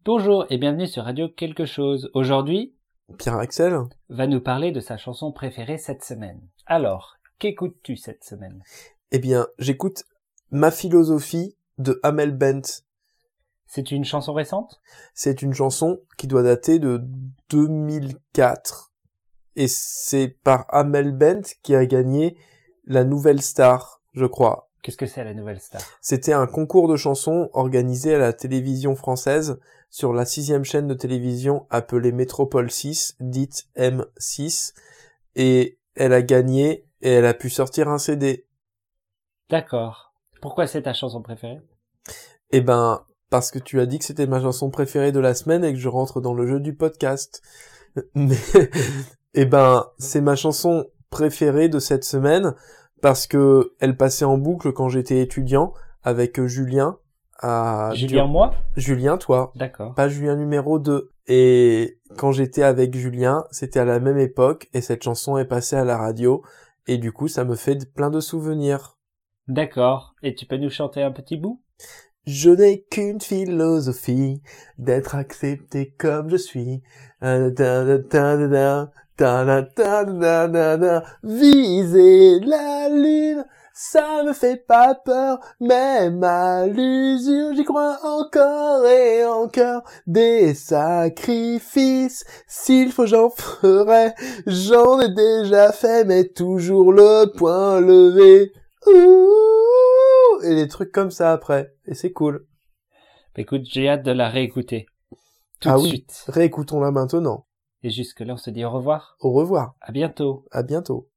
Bonjour et bienvenue sur Radio Quelque chose. Aujourd'hui, Pierre-Axel va nous parler de sa chanson préférée cette semaine. Alors, qu'écoutes-tu cette semaine? Eh bien, j'écoute Ma philosophie de Amel Bent. C'est une chanson récente? C'est une chanson qui doit dater de 2004. Et c'est par Amel Bent qui a gagné la Nouvelle Star, je crois. Qu'est-ce que c'est la Nouvelle Star? C'était un concours de chansons organisé à la télévision française sur la 6e chaîne de télévision appelée Métropole 6, dite M6. Et elle a gagné et elle a pu sortir un CD. D'accord. Pourquoi c'est ta chanson préférée? Eh ben, parce que tu as dit que c'était ma chanson préférée de la semaine et que je rentre dans le jeu du podcast. Mais, eh ben, c'est ma chanson préférée de cette semaine parce que elle passait en boucle quand j'étais étudiant avec Julien. Julien, moi? Julien, toi. D'accord. Pas Julien numéro 2. Et quand j'étais avec Julien, c'était à la même époque et cette chanson est passée à la radio et du coup, ça me fait plein de souvenirs. D'accord. Et tu peux nous chanter un petit bout? Je n'ai qu'une philosophie, d'être accepté comme je suis. Viser la lune, ça me fait pas peur, même à l'usure, j'y crois encore et encore. Des sacrifices, s'il faut j'en ferai, j'en ai déjà fait, mais toujours le poing levé. Ouh, et des trucs comme ça après. Et c'est cool. Écoute, j'ai hâte de la réécouter. Tout de suite. Réécoutons-la maintenant. Et jusque-là, on se dit au revoir. Au revoir. À bientôt. À bientôt.